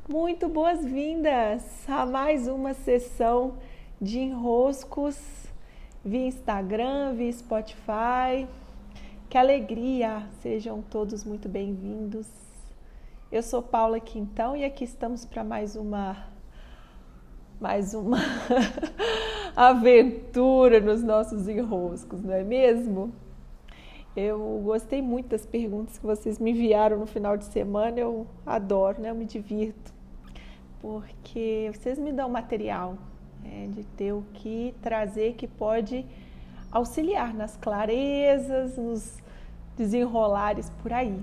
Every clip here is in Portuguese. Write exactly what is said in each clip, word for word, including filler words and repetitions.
Muito boas-vindas a mais uma sessão de enroscos via Instagram, via Spotify. Que alegria! Sejam todos muito bem-vindos. Eu sou Paula Quintão e aqui estamos para mais uma mais uma aventura nos nossos enroscos, não é mesmo? Eu gostei muito das perguntas que vocês me enviaram no final de semana, eu adoro, né? Eu me divirto, porque vocês me dão material, né, de ter o que trazer que pode auxiliar nas clarezas, nos desenrolares por aí.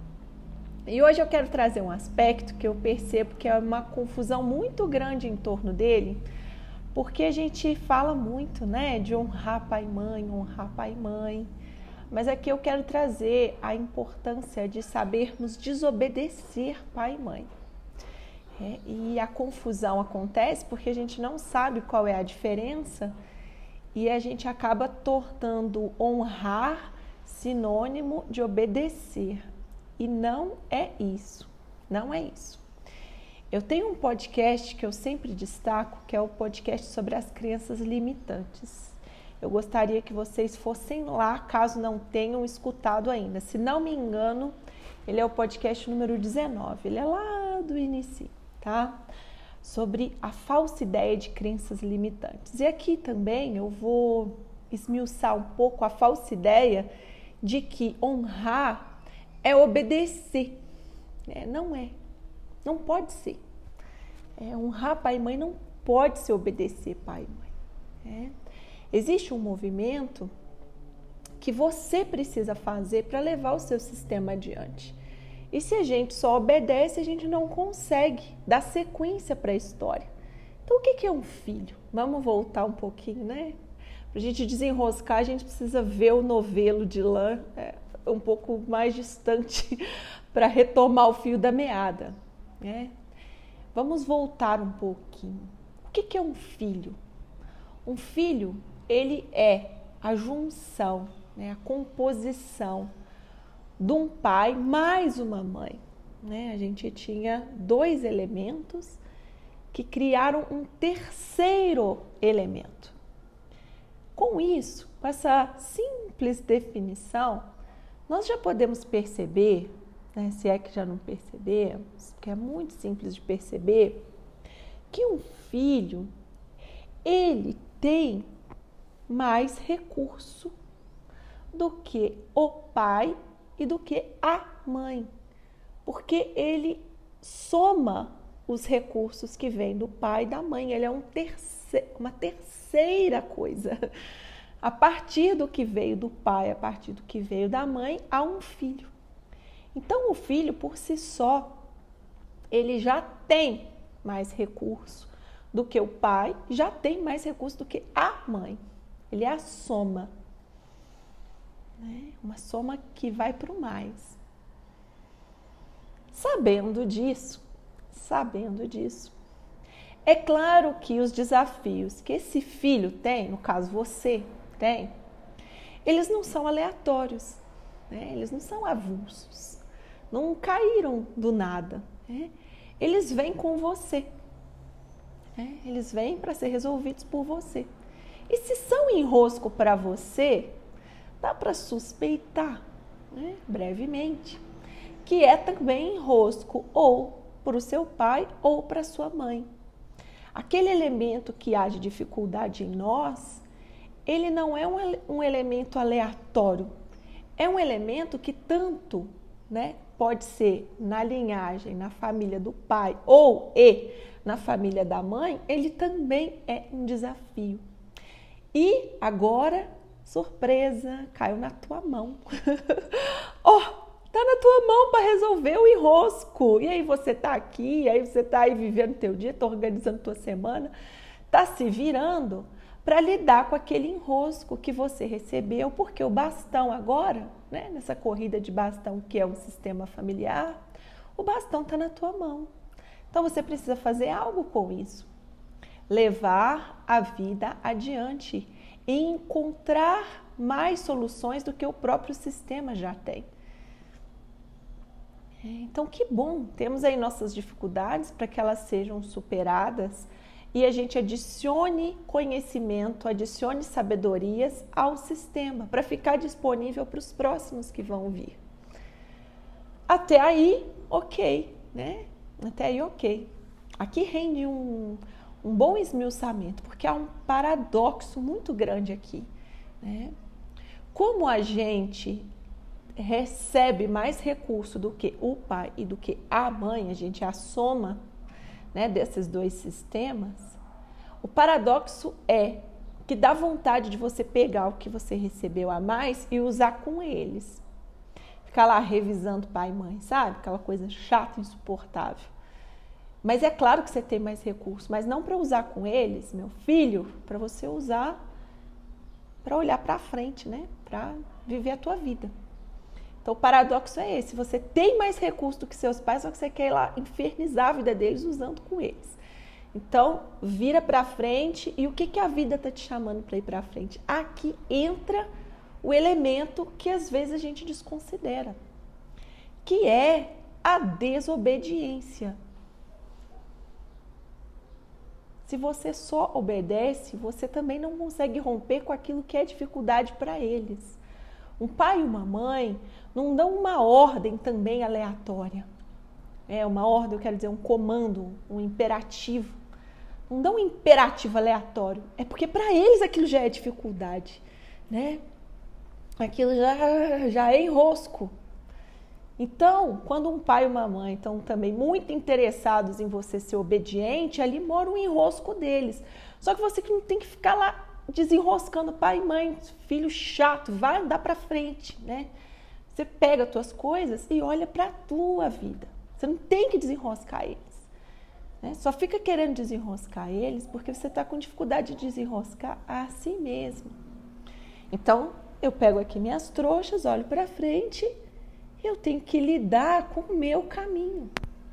E hoje eu quero trazer um aspecto que eu percebo que é uma confusão muito grande em torno dele, porque a gente fala muito, né, de honrar pai e mãe, honrar pai e mãe, mas aqui eu quero trazer a importância de sabermos desobedecer pai e mãe. É, e a confusão acontece porque a gente não sabe qual é a diferença e a gente acaba tornando honrar sinônimo de obedecer. E não é isso, não é isso. Eu tenho um podcast que eu sempre destaco, que é o podcast sobre as crenças limitantes. Eu gostaria que vocês fossem lá, caso não tenham escutado ainda. Se não me engano, ele é o podcast número dezenove, ele é lá do início, tá? Sobre a falsa ideia de crenças limitantes. E aqui também eu vou esmiuçar um pouco a falsa ideia de que honrar é obedecer. É, não é, não pode ser. É, honrar pai e mãe não pode ser obedecer pai e mãe. É. Existe um movimento que você precisa fazer para levar o seu sistema adiante. E se a gente só obedece, a gente não consegue dar sequência para a história. Então, o que é um filho? Vamos voltar um pouquinho, né? Para a gente desenroscar, a gente precisa ver o novelo de lã é, um pouco mais distante para retomar o fio da meada, né? Vamos voltar um pouquinho. O que é um filho? Um filho, ele é a junção, né, a composição de um pai mais uma mãe, né? A gente tinha dois elementos que criaram um terceiro elemento. Com isso, com essa simples definição, nós já podemos perceber, né, se é que já não percebemos, porque é muito simples de perceber, que um filho, ele tem mais recurso do que o pai e do que a mãe, porque ele soma os recursos que vêm do pai e da mãe, ele é um terceiro, uma terceira coisa. A partir do que veio do pai, a partir do que veio da mãe, há um filho. Então, o filho, por si só, ele já tem mais recurso do que o pai, já tem mais recurso do que a mãe. Ele é a soma, né? Uma soma que vai para o mais. Sabendo disso, sabendo disso, é claro que os desafios que esse filho tem, no caso você tem, eles não são aleatórios, né? Eles não são avulsos, não caíram do nada, né? Eles vêm com você, né? Eles vêm para ser resolvidos por você. E se são enrosco para você, dá para suspeitar, né, brevemente, que é também enrosco ou para o seu pai ou para sua mãe. Aquele elemento que há de dificuldade em nós, ele não é um, um elemento aleatório, é um elemento que tanto, né, pode ser na linhagem, na família do pai ou e na família da mãe, ele também é um desafio. E agora, surpresa, caiu na tua mão. Ó, oh, tá na tua mão para resolver o enrosco. E aí você tá aqui, aí você tá aí vivendo teu dia, tá organizando tua semana, tá se virando para lidar com aquele enrosco que você recebeu, porque o bastão agora, né, nessa corrida de bastão que é um sistema familiar, o bastão tá na tua mão. Então você precisa fazer algo com isso. Levar a vida adiante e encontrar mais soluções do que o próprio sistema já tem. Então, que bom, temos aí nossas dificuldades para que elas sejam superadas e a gente adicione conhecimento, adicione sabedorias ao sistema para ficar disponível para os próximos que vão vir. Até aí, ok, né? Até aí, ok. Aqui rende um, um bom esmiuçamento, porque há um paradoxo muito grande aqui, né? Como a gente recebe mais recurso do que o pai e do que a mãe, a gente é a soma, né, desses dois sistemas, o paradoxo é que dá vontade de você pegar o que você recebeu a mais e usar com eles. Ficar lá revisando pai e mãe, sabe? Aquela coisa chata, insuportável. Mas é claro que você tem mais recurso, mas não para usar com eles, meu filho, para você usar para olhar para frente, né? Para viver a tua vida. Então, o paradoxo é esse. Você tem mais recurso do que seus pais, só que você quer ir lá infernizar a vida deles usando com eles. Então, vira para frente. E o que, que a vida está te chamando para ir para frente? Aqui entra o elemento que às vezes a gente desconsidera, que é a desobediência. Se você só obedece, você também não consegue romper com aquilo que é dificuldade para eles. Um pai e uma mãe não dão uma ordem também aleatória. É uma ordem, eu quero dizer, um comando, um imperativo. Não dão um imperativo aleatório. É porque para eles aquilo já é dificuldade, né? Aquilo já, já é enrosco. Então, quando um pai e uma mãe estão também muito interessados em você ser obediente, ali mora um enrosco deles. Só que você que não tem que ficar lá desenroscando pai e mãe, filho chato, vai andar para frente, né? Você pega as tuas coisas e olha para a tua vida. Você não tem que desenroscar eles, né? Só fica querendo desenroscar eles porque você está com dificuldade de desenroscar a si mesmo. Então, eu pego aqui minhas trouxas, olho para frente e eu tenho que lidar com o meu caminho.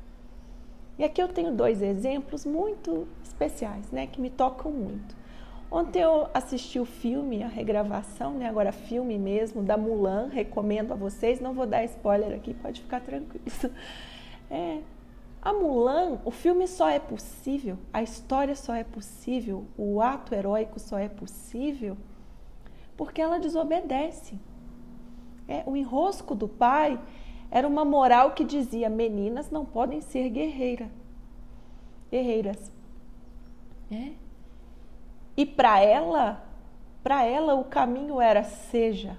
E aqui eu tenho dois exemplos muito especiais, né? Que me tocam muito. Ontem eu assisti o filme, a regravação, né? Agora filme mesmo, da Mulan, recomendo a vocês, não vou dar spoiler aqui, pode ficar tranquilo. É, a Mulan, o filme só é possível, a história só é possível, o ato heróico só é possível porque ela desobedece. É, o enrosco do pai era uma moral que dizia, meninas não podem ser guerreira, guerreiras, né? E para ela, para ela o caminho era seja,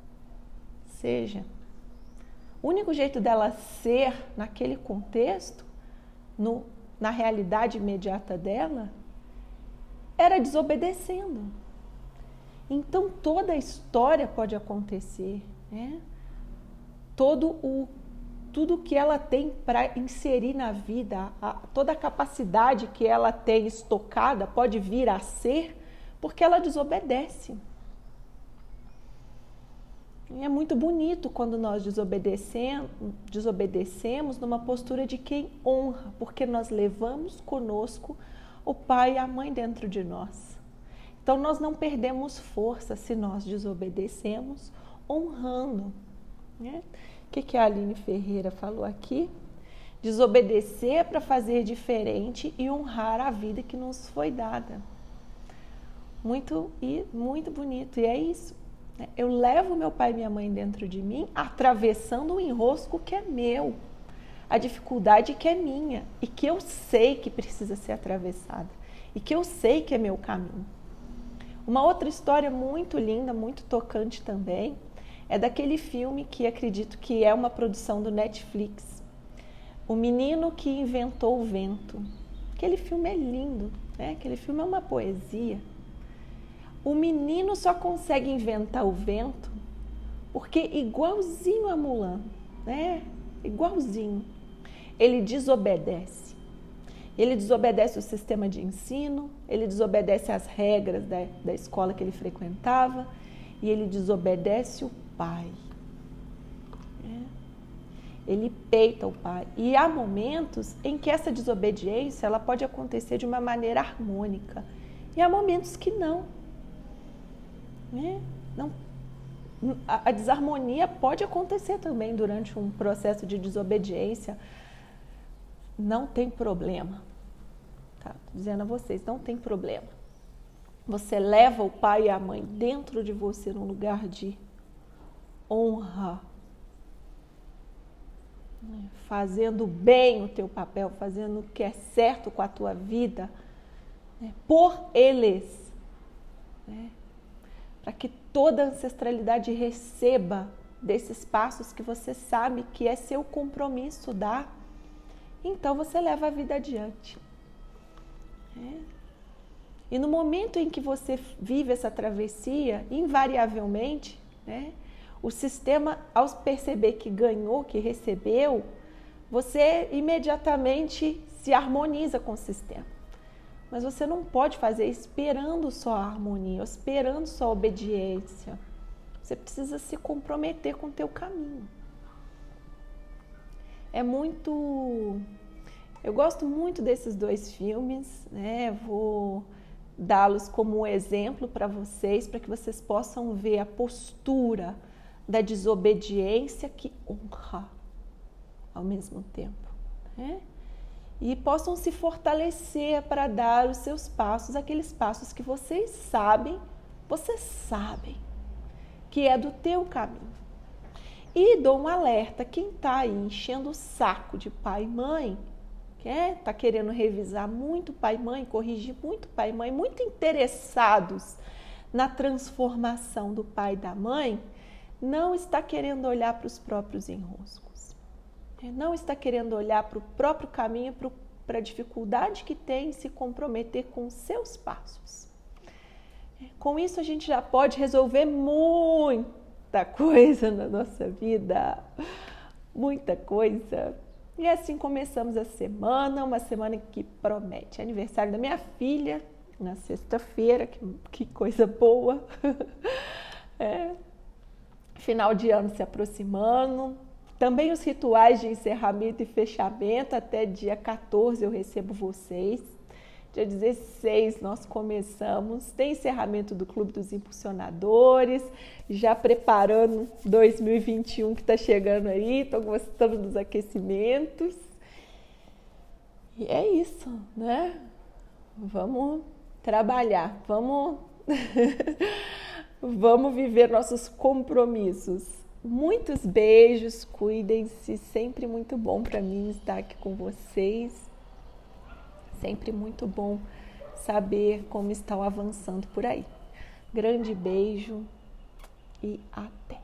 seja. O único jeito dela ser naquele contexto, no, na realidade imediata dela, era desobedecendo. Então toda a história pode acontecer, né? Todo o, tudo que ela tem para inserir na vida, a, toda a capacidade que ela tem estocada pode vir a ser porque ela desobedece. E é muito bonito quando nós desobedecemos, desobedecemos numa postura de quem honra, porque nós levamos conosco o pai e a mãe dentro de nós. Então nós não perdemos força se nós desobedecemos honrando, né? O que, que a Aline Ferreira falou aqui? Desobedecer para fazer diferente e honrar a vida que nos foi dada. Muito, e muito bonito. E é isso. Né? Eu levo meu pai e minha mãe dentro de mim, atravessando o enrosco que é meu. A dificuldade que é minha e que eu sei que precisa ser atravessada. E que eu sei que é meu caminho. Uma outra história muito linda, muito tocante também, é daquele filme que acredito que é uma produção do Netflix. O Menino que Inventou o Vento. Aquele filme é lindo, né? Aquele filme é uma poesia. O menino só consegue inventar o vento porque, igualzinho a Mulan, né? Igualzinho, ele desobedece. Ele desobedece o sistema de ensino, ele desobedece as regras da, da escola que ele frequentava e ele desobedece o pai. É. Ele peita o pai. E há momentos em que essa desobediência ela pode acontecer de uma maneira harmônica. E há momentos que não. É. Não. A, a desarmonia pode acontecer também durante um processo de desobediência. Não tem problema. Tá? Tô dizendo a vocês, não tem problema. Você leva o pai e a mãe dentro de você num lugar de honra, né? Fazendo bem o teu papel, fazendo o que é certo com a tua vida, né? Por eles, né? Para que toda a ancestralidade receba desses passos que você sabe que é seu compromisso dar. Então você leva a vida adiante. É. E no momento em que você vive essa travessia, invariavelmente, né, o sistema, ao perceber que ganhou, que recebeu, você imediatamente se harmoniza com o sistema. Mas você não pode fazer esperando só a harmonia, esperando só a obediência. Você precisa se comprometer com o teu caminho. É muito... Eu gosto muito desses dois filmes, né? Vou dá-los como um exemplo para vocês, para que vocês possam ver a postura da desobediência que honra ao mesmo tempo, né? E possam se fortalecer para dar os seus passos, aqueles passos que vocês sabem, vocês sabem que é do teu caminho. E dou um alerta, quem está aí enchendo o saco de pai e mãe, que é, tá querendo revisar muito pai e mãe, corrigir muito pai e mãe, muito interessados na transformação do pai e da mãe, não está querendo olhar para os próprios enroscos. Não está querendo olhar para o próprio caminho, para a dificuldade que tem em se comprometer com os seus passos. Com isso a gente já pode resolver muita coisa na nossa vida, muita coisa. E assim começamos a semana, uma semana que promete. Aniversário da minha filha, na sexta-feira, que, que coisa boa. É. Final de ano se aproximando. Também os rituais de encerramento e fechamento, até dia quatorze eu recebo vocês. Dia dezesseis nós começamos, tem encerramento do Clube dos Impulsionadores, já preparando dois mil e vinte e um que está chegando aí, estou gostando dos aquecimentos. E é isso, né? Vamos trabalhar, vamos, vamos viver nossos compromissos. Muitos beijos, cuidem-se, sempre muito bom para mim estar aqui com vocês, sempre muito bom saber como estão avançando por aí. Grande beijo e até!